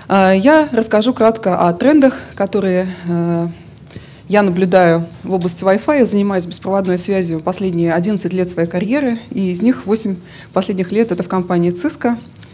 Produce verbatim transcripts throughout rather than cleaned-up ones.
Я расскажу кратко о трендах, которые я наблюдаю в области Wi-Fi. Я занимаюсь беспроводной связью последние одиннадцать лет своей карьеры, и из них восемь последних лет это в компании Cisco.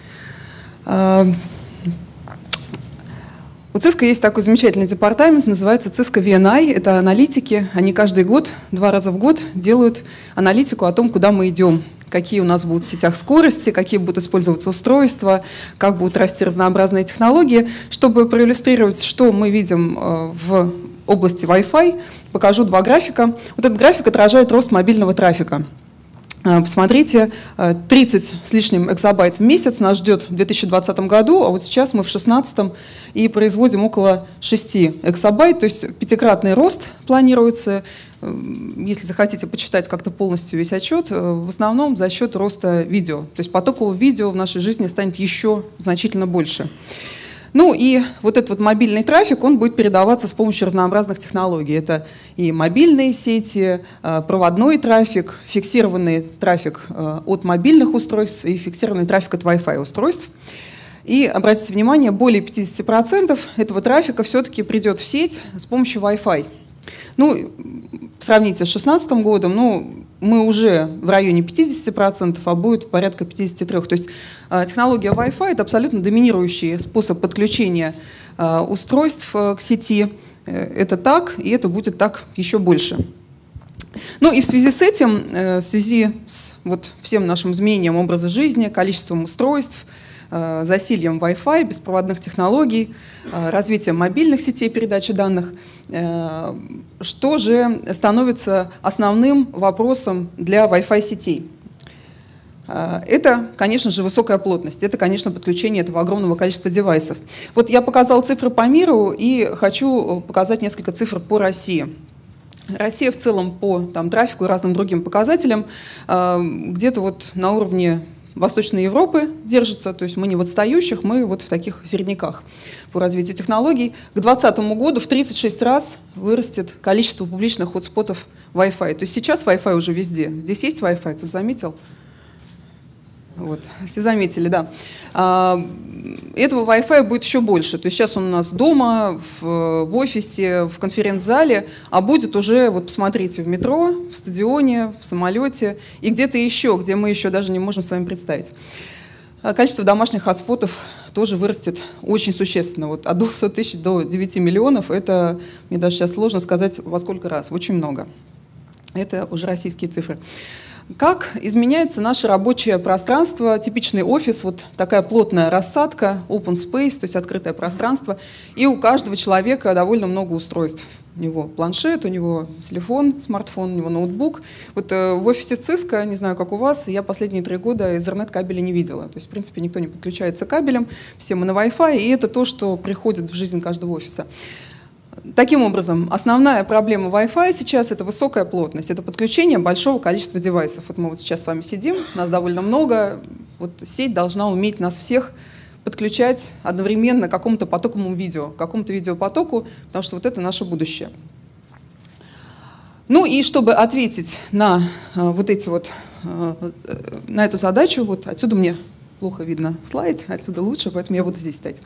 У Cisco есть такой замечательный департамент, называется Cisco ви эн ай. Это аналитики. Они каждый год, два раза в год делают аналитику о том, куда мы идем, какие у нас будут в сетях скорости, какие будут использоваться устройства, как будут расти разнообразные технологии. Чтобы проиллюстрировать, что мы видим в области Wi-Fi, покажу два графика. Вот этот график отражает рост мобильного трафика. Посмотрите, тридцать с лишним экзобайт в месяц нас ждет в две тысячи двадцатом году, а вот сейчас мы в две тысячи шестнадцатом и производим около шести экзобайт, то есть пятикратный рост планируется. Если захотите почитать как-то полностью весь отчет, в основном за счет роста видео. То есть потокового видео в нашей жизни станет еще значительно больше. Ну и вот этот вот мобильный трафик, он будет передаваться с помощью разнообразных технологий. Это и мобильные сети, проводной трафик, фиксированный трафик от мобильных устройств и фиксированный трафик от Wi-Fi устройств. И обратите внимание, более пятидесяти процентов этого трафика все-таки придет в сеть с помощью Wi-Fi. Ну, сравните с две тысячи шестнадцатым годом, ну, мы уже в районе пятидесяти процентов, а будет порядка пятидесяти трёх процентов. То есть технология Wi-Fi – это абсолютно доминирующий способ подключения устройств к сети. Это так, и это будет так еще больше. Ну и в связи с этим, в связи с вот всем нашим изменением образа жизни, количеством устройств, засильем Wi-Fi, беспроводных технологий, развитием мобильных сетей передачи данных, что же становится основным вопросом для Wi-Fi сетей? Это, конечно же, высокая плотность, это, конечно, подключение этого огромного количества девайсов. Вот я показала цифры по миру и хочу показать несколько цифр по России. Россия в целом по там, трафику и разным другим показателям где-то вот на уровне Восточной Европы держится, то есть мы не в отстающих, мы вот в таких середняках по развитию технологий. К две тысячи двадцатому году в тридцать шесть раз вырастет количество публичных хотспотов Wi-Fi. То есть сейчас Wi-Fi уже везде. Здесь есть Wi-Fi, кто заметил? Вот, все заметили, да. Этого Wi-Fi будет еще больше. То есть сейчас он у нас дома, в, в офисе, в конференц-зале, а будет уже, вот посмотрите, в метро, в стадионе, в самолете и где-то еще, где мы еще даже не можем с вами представить. Количество домашних хотспотов тоже вырастет очень существенно. Вот от двухсот тысяч до девяти миллионов, это, мне даже сейчас сложно сказать, во сколько раз, очень много. Это уже российские цифры. Как изменяется наше рабочее пространство, типичный офис, вот такая плотная рассадка, open space, то есть открытое пространство, и у каждого человека довольно много устройств. У него планшет, у него телефон, смартфон, у него ноутбук. Вот э, в офисе Cisco, не знаю, как у вас, я последние три года Ethernet-кабеля не видела. То есть, в принципе, никто не подключается кабелем, все мы на Wi-Fi, и это то, что приходит в жизнь каждого офиса. Таким образом, основная проблема Wi-Fi сейчас – это высокая плотность, это подключение большого количества девайсов. Вот мы вот сейчас с вами сидим, нас довольно много, вот сеть должна уметь нас всех подключать одновременно к какому-то потоковому видео, к какому-то видеопотоку, потому что вот это наше будущее. Ну и чтобы ответить на вот эти вот, на эту задачу, вот отсюда мне плохо видно слайд, отсюда лучше, поэтому я буду здесь стоять.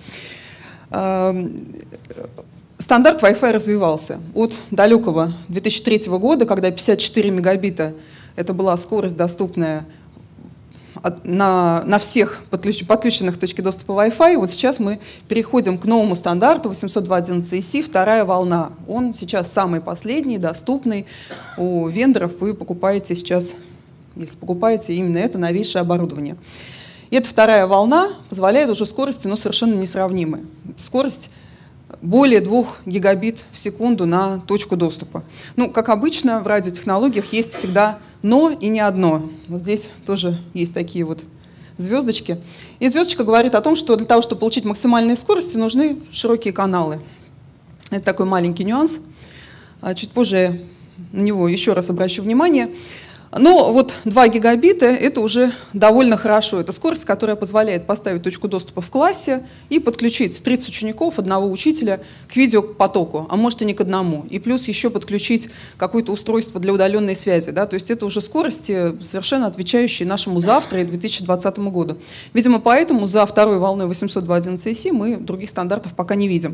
Стандарт Wi-Fi развивался от далекого две тысячи третьего года, когда пятьдесят четыре мегабита это была скорость, доступная на, на всех подключ, подключенных к точке доступа Wi-Fi. Вот сейчас мы переходим к новому стандарту восемьсот два точка одиннадцать и си, вторая волна. Он сейчас самый последний, доступный. У вендоров вы покупаете сейчас, если покупаете именно это новейшее оборудование. И эта вторая волна позволяет уже скорости, но совершенно несравнимые. Скорость более двух гигабит в секунду на точку доступа. Ну, как обычно, в радиотехнологиях есть всегда «но» и не одно. Вот здесь тоже есть такие вот звездочки. И звездочка говорит о том, что для того, чтобы получить максимальные скорости, нужны широкие каналы. Это такой маленький нюанс. Чуть позже на него еще раз обращу внимание. Но вот два гигабита – это уже довольно хорошо. Это скорость, которая позволяет поставить точку доступа в классе и подключить тридцать учеников, одного учителя к видеопотоку, а может и не к одному. И плюс еще подключить какое-то устройство для удаленной связи. Да? То есть это уже скорости, совершенно отвечающие нашему завтра и две тысячи двадцатому году. Видимо, поэтому за второй волной восемьсот два точка одиннадцать си мы других стандартов пока не видим.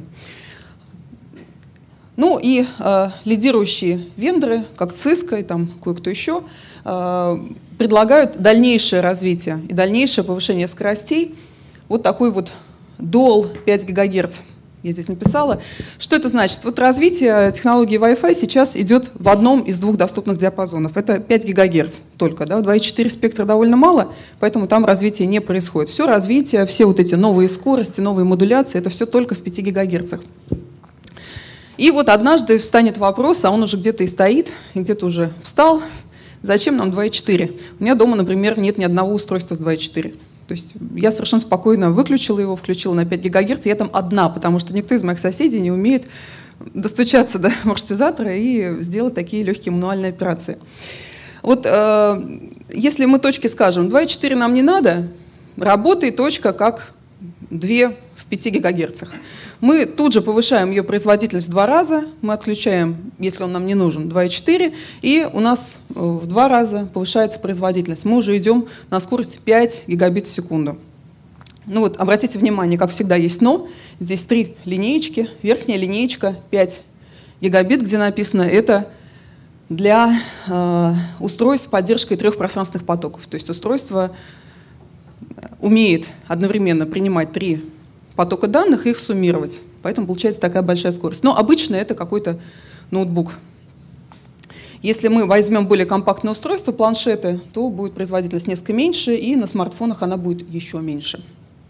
Ну и э, лидирующие вендоры, как Cisco и там кое-кто еще, э, предлагают дальнейшее развитие и дальнейшее повышение скоростей. Вот такой вот Dual пять гигагерц. Я здесь написала. Что это значит? Вот развитие технологии Wi-Fi сейчас идет в одном из двух доступных диапазонов. Это пять гигагерц только. Да? два и четыре спектра довольно мало, поэтому там развитие не происходит. Все развитие, все вот эти новые скорости, новые модуляции, это все только в пяти гигагерцах. И вот однажды встанет вопрос, а он уже где-то и стоит, и где-то уже встал, зачем нам два и четыре? У меня дома, например, нет ни одного устройства с два и четыре. То есть я совершенно спокойно выключила его, включила на пять гигагерц, и я там одна, потому что никто из моих соседей не умеет достучаться до маршрутизатора и сделать такие легкие мануальные операции. Вот э, если мы точке скажем, два и четыре нам не надо, работает точка как две в пяти гигагерцах. Мы тут же повышаем ее производительность в два раза, мы отключаем, если он нам не нужен, два и четыре, и у нас в два раза повышается производительность. Мы уже идем на скорость пять гигабит в секунду. Ну вот, обратите внимание, как всегда есть «но». Здесь три линеечки. Верхняя линеечка пять гигабит, где написано «это для э, устройств с поддержкой трех пространственных потоков». То есть устройство умеет одновременно принимать три потока данных и их суммировать. Поэтому получается такая большая скорость. Но обычно это какой-то ноутбук. Если мы возьмем более компактное устройство, планшеты, то будет производительность несколько меньше, и на смартфонах она будет еще меньше.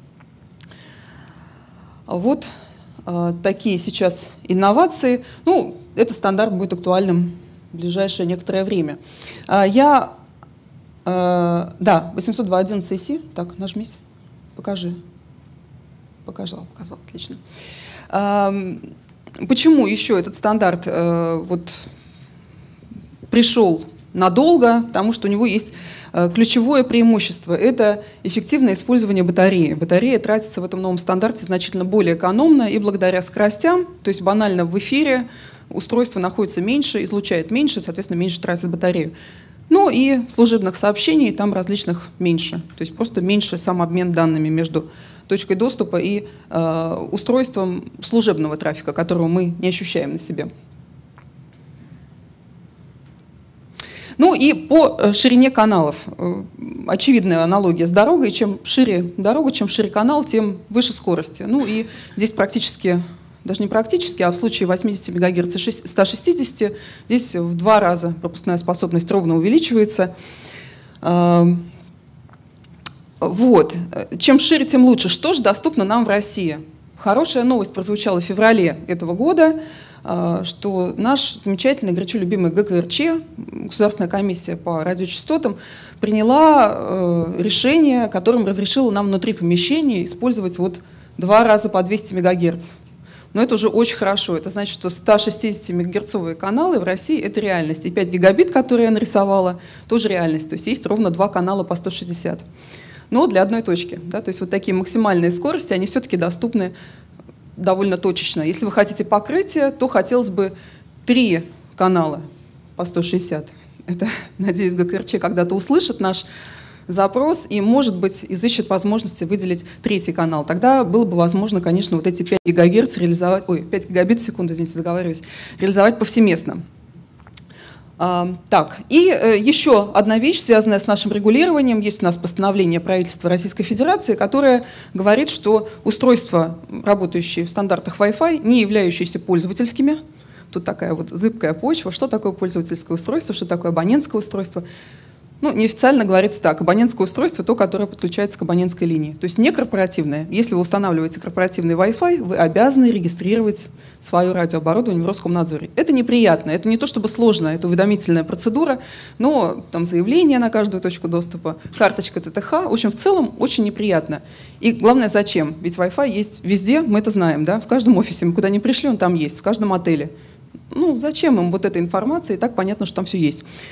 Вот э, такие сейчас инновации. Ну, этот стандарт будет актуальным в ближайшее некоторое время. Э, я, э, да, восемьсот два точка одиннадцать си, так, нажмись, покажи. Показал, показал, отлично. Почему еще этот стандарт вот, пришел надолго? Потому что у него есть ключевое преимущество. Это эффективное использование батареи. Батарея тратится в этом новом стандарте значительно более экономно, и благодаря скоростям, то есть банально в эфире, устройство находится меньше, излучает меньше, соответственно, меньше тратит батарею. Ну и служебных сообщений там различных меньше. То есть просто меньше сам обмен данными между точкой доступа и э, устройством служебного трафика, которого мы не ощущаем на себе. Ну и по ширине каналов. Очевидная аналогия с дорогой. Чем шире дорога, чем шире канал, тем выше скорости. Ну и здесь практически, даже не практически, а в случае восьмидесяти мегагерц и ста шестидесяти, здесь в два раза пропускная способность ровно увеличивается. Вот. Чем шире, тем лучше. Что же доступно нам в России? Хорошая новость прозвучала в феврале этого года, что наш замечательный, горячо любимый гэ ка эр че, Государственная комиссия по радиочастотам, приняла решение, которым разрешила нам внутри помещения использовать вот два раза по двести мегагерц. Но это уже очень хорошо. Это значит, что ста шестидесятимегагерцовые каналы в России – это реальность. И пять гигабит, которые я нарисовала, тоже реальность. То есть есть ровно два канала по сто шестьдесят. Но для одной точки. Да? То есть вот такие максимальные скорости, они все-таки доступны довольно точечно. Если вы хотите покрытие, то хотелось бы три канала по сто шестьдесят. Это, надеюсь, гэ ка эр че когда-то услышит наш запрос и, может быть, изыщет возможности выделить третий канал. Тогда было бы возможно, конечно, вот эти пять гигагерц реализовать, ой, пять гигабит в секунду, извините, заговариваюсь, реализовать повсеместно. А, так, и э, еще одна вещь, связанная с нашим регулированием. Есть у нас постановление правительства Российской Федерации, которое говорит, что устройства, работающие в стандартах Wi-Fi, не являющиеся пользовательскими, тут такая вот зыбкая почва, что такое пользовательское устройство, что такое абонентское устройство. Ну, неофициально говорится так, абонентское устройство – то, которое подключается к абонентской линии. То есть не корпоративное. Если вы устанавливаете корпоративный Wi-Fi, вы обязаны регистрировать свое радиооборудование в Роскомнадзоре. Это неприятно, это не то чтобы сложно, это уведомительная процедура, но там заявление на каждую точку доступа, карточка тэ тэ ха, в общем, в целом очень неприятно. И главное, зачем? Ведь Wi-Fi есть везде, мы это знаем, да? В каждом офисе, мы куда ни пришли, он там есть, в каждом отеле. Ну, зачем им вот эта информация, и так понятно, что там все есть.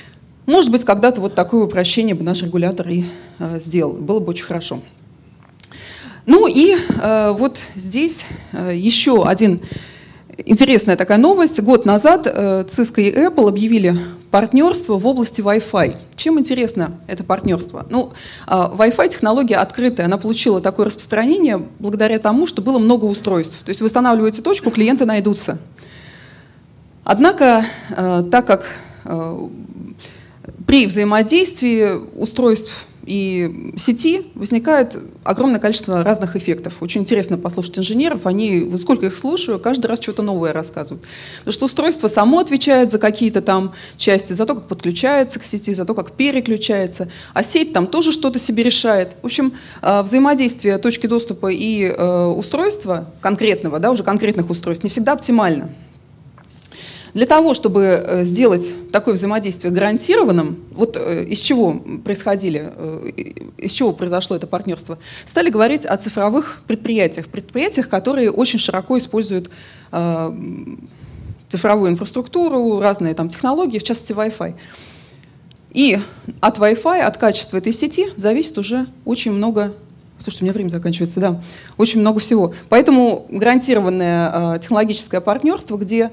Может быть, когда-то вот такое упрощение бы наш регулятор и э, сделал. Было бы очень хорошо. Ну и э, вот здесь э, еще один интересная такая новость. Год назад э, Cisco и Apple объявили партнерство в области Wi-Fi. Чем интересно это партнерство? Ну, э, Wi-Fi технология открытая, она получила такое распространение благодаря тому, что было много устройств. То есть вы устанавливаете точку, клиенты найдутся. Однако, э, так как э, при взаимодействии устройств и сети возникает огромное количество разных эффектов. Очень интересно послушать инженеров, они, вот сколько их слушаю, каждый раз что-то новое рассказывают. Потому что устройство само отвечает за какие-то там части, за то, как подключается к сети, за то, как переключается, а сеть там тоже что-то себе решает. В общем, взаимодействие точки доступа и устройства конкретного, да, уже конкретных устройств, не всегда оптимально. Для того, чтобы сделать такое взаимодействие гарантированным, вот из чего происходили, из чего произошло это партнерство, стали говорить о цифровых предприятиях, предприятиях, которые очень широко используют цифровую инфраструктуру, разные там технологии, в частности Wi-Fi. И от Wi-Fi, от качества этой сети зависит уже очень много. Слушайте, у меня время заканчивается, да. Очень много всего. Поэтому гарантированное технологическое партнерство, где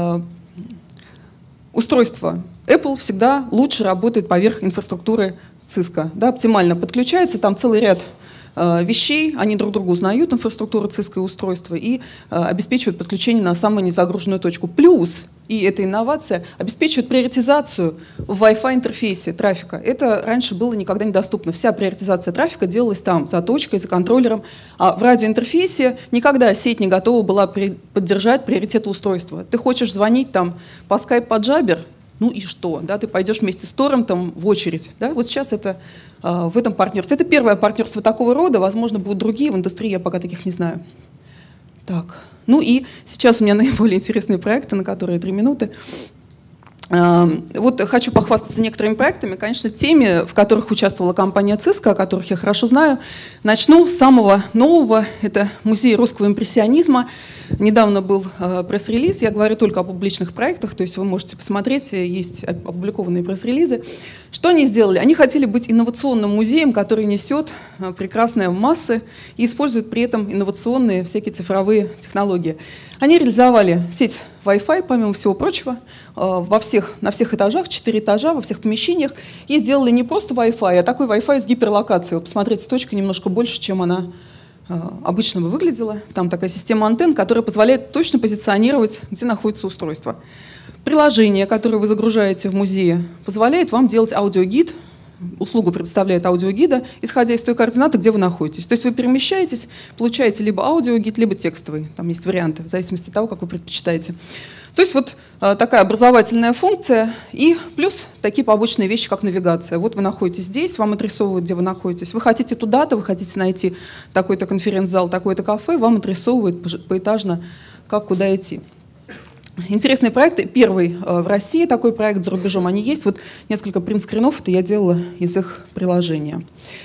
устройство Apple всегда лучше работает поверх инфраструктуры Cisco. Да, оптимально подключается, там целый ряд э, вещей, они друг друга узнают, инфраструктура Cisco и устройства, и э, обеспечивают подключение на самую незагруженную точку. Плюс, и эта инновация, обеспечивает приоритизацию в Wi-Fi интерфейсе трафика. Это раньше было никогда недоступно. Вся приоритизация трафика делалась там, за точкой, за контроллером. А в радиоинтерфейсе никогда сеть не готова была поддержать приоритеты устройства. Ты хочешь звонить там по Skype, по Jabber, ну и что? Да, ты пойдешь вместе с торрентом в очередь. Да? Вот сейчас это э, в этом партнерстве. Это первое партнерство такого рода. Возможно, будут другие в индустрии, я пока таких не знаю. Так. Ну и сейчас у меня наиболее интересные проекты, на которые три минуты. Вот хочу похвастаться некоторыми проектами, конечно, теми, в которых участвовала компания Cisco, о которых я хорошо знаю. Начну с самого нового, это музей русского импрессионизма. Недавно был пресс-релиз, я говорю только о публичных проектах, то есть вы можете посмотреть, есть опубликованные пресс-релизы. Что они сделали? Они хотели быть инновационным музеем, который несет прекрасные массы и использует при этом инновационные всякие цифровые технологии. Они реализовали сеть Wi-Fi, помимо всего прочего, во всех, на всех этажах, четыре этажа, во всех помещениях, и сделали не просто Wi-Fi, а такой Wi-Fi с гиперлокацией. Вот посмотрите, точка немножко больше, чем она обычно бы выглядела. Там такая система антенн, которая позволяет точно позиционировать, где находится устройство. Приложение, которое вы загружаете в музее, позволяет вам делать аудиогид, услугу предоставляет аудиогида, исходя из той координаты, где вы находитесь. То есть вы перемещаетесь, получаете либо аудиогид, либо текстовый. Там есть варианты, в зависимости от того, как вы предпочитаете. То есть вот э, такая образовательная функция и плюс такие побочные вещи, как навигация. Вот вы находитесь здесь, вам адресовывают, где вы находитесь. Вы хотите туда-то, вы хотите найти такой-то конференц-зал, такое-то кафе, вам адресовывают поэтажно, как куда идти. Интересные проекты. Первый в России такой проект, за рубежом они есть. Вот несколько принтскринов, это я делала из их приложения.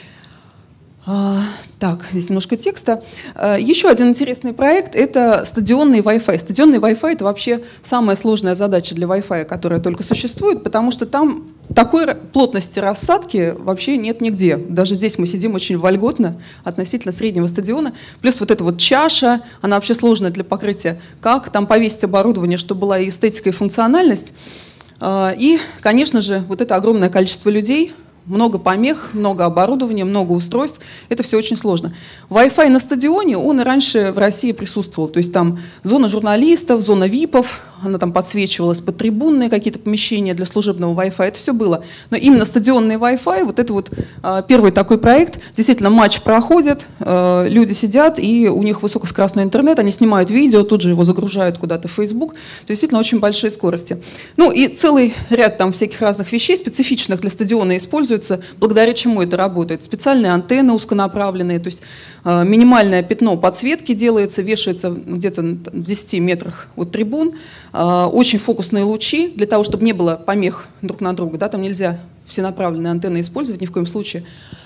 А, так, здесь немножко текста. А, еще один интересный проект – это стадионный Wi-Fi. Стадионный Wi-Fi – это вообще самая сложная задача для Wi-Fi, которая только существует, потому что там такой плотности рассадки вообще нет нигде. Даже здесь мы сидим очень вольготно относительно среднего стадиона. Плюс вот эта вот чаша, она вообще сложная для покрытия. Как там повесить оборудование, чтобы была и эстетика, и функциональность. А, и, конечно же, вот это огромное количество людей, много помех, много оборудования, много устройств. Это все очень сложно. Wi-Fi на стадионе, он и раньше в России присутствовал. То есть там зона журналистов, зона випов, она там подсвечивалась, подтрибунные какие-то помещения для служебного Wi-Fi. Это все было. Но именно стадионный Wi-Fi, вот это вот а, первый такой проект. Действительно, матч проходит, а, люди сидят, и у них высокоскоростной интернет, они снимают видео, тут же его загружают куда-то в Facebook. То есть, действительно, очень большие скорости. Ну и целый ряд там всяких разных вещей, специфичных для стадиона, используется, благодаря чему это работает. Специальные антенны узконаправленные, то есть а, минимальное пятно подсветки делается, вешается где-то в десяти метрах от трибун. Очень фокусные лучи, для того, чтобы не было помех друг на друга. Да, там нельзя всенаправленные антенны использовать ни в коем случае.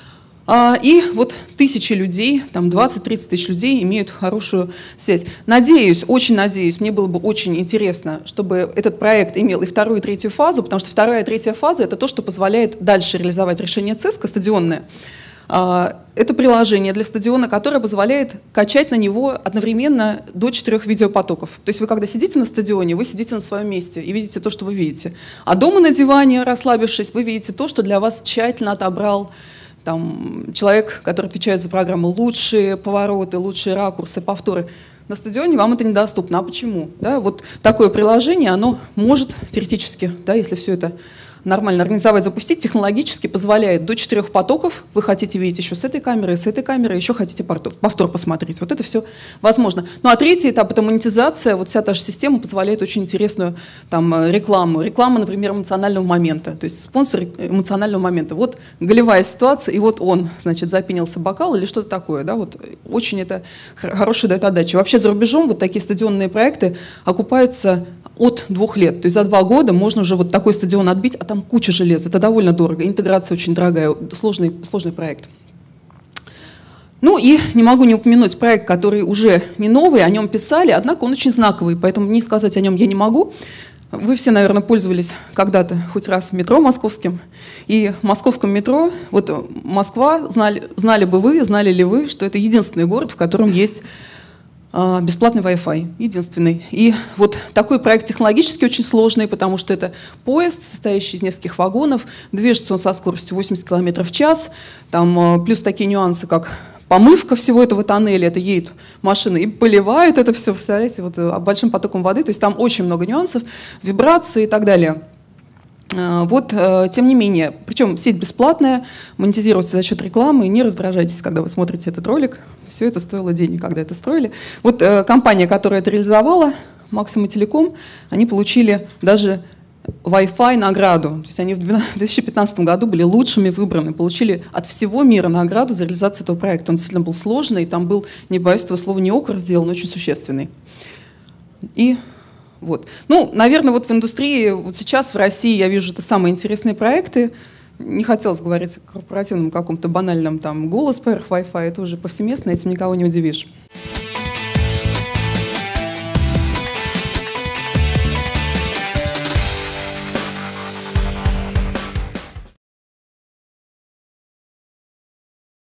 И вот тысячи людей, там двадцать-тридцать тысяч людей имеют хорошую связь. Надеюсь, очень надеюсь, мне было бы очень интересно, чтобы этот проект имел и вторую, и третью фазу, потому что вторая и третья фаза – это то, что позволяет дальше реализовать решение ЦИСКа стадионное. Это приложение для стадиона, которое позволяет качать на него одновременно до четырех видеопотоков. То есть вы, когда сидите на стадионе, вы сидите на своем месте и видите то, что вы видите. А дома на диване, расслабившись, вы видите то, что для вас тщательно отобрал там, человек, который отвечает за программу, лучшие повороты, лучшие ракурсы, повторы. На стадионе вам это недоступно. А почему? Да, вот такое приложение, оно может теоретически, да, если все это нормально организовать, запустить, технологически позволяет до четырех потоков. Вы хотите видеть еще с этой камеры, с этой камеры, еще хотите повтор посмотреть. Вот это все возможно. Ну а третий этап – это монетизация. Вот вся та же система позволяет очень интересную там, рекламу. Реклама, например, эмоционального момента. То есть спонсор эмоционального момента. Вот голевая ситуация, и вот он, значит, запенился бокал или что-то такое. Да? Вот очень это хорошая дает отдача. Вообще за рубежом вот такие стадионные проекты окупаются от двух лет. То есть за два года можно уже вот такой стадион отбить, а там куча железа. Это довольно дорого. Интеграция очень дорогая, сложный, сложный проект. Ну и не могу не упомянуть проект, который уже не новый, о нем писали, однако он очень знаковый, поэтому не сказать о нем я не могу. Вы все, наверное, пользовались когда-то хоть раз метро московским. И в московском метро, вот Москва, знали, знали бы вы, знали ли вы, что это единственный город, в котором есть бесплатный Wi-Fi, единственный. И вот такой проект технологически очень сложный, потому что это поезд, состоящий из нескольких вагонов, движется он со скоростью восемьдесят километров в час, там плюс такие нюансы, как помывка всего этого тоннеля, это едет машина и поливает это все, представляете, вот большим потоком воды, то есть там очень много нюансов, вибрации и так далее. Вот, тем не менее, причем сеть бесплатная, монетизируется за счет рекламы, не раздражайтесь, когда вы смотрите этот ролик, все это стоило денег, когда это строили. Вот компания, которая это реализовала, Максима Телеком, они получили даже Wi-Fi награду, то есть они в две тысячи пятнадцатом году были лучшими выбраны, получили от всего мира награду за реализацию этого проекта. Он действительно был сложный, там был, не боюсь этого слова, не окр сделан, очень существенный. И вот. Ну, наверное, вот в индустрии, вот сейчас в России я вижу это самые интересные проекты. Не хотелось говорить о корпоративном каком-то банальном там голос поверх Wi-Fi, это уже повсеместно, этим никого не удивишь.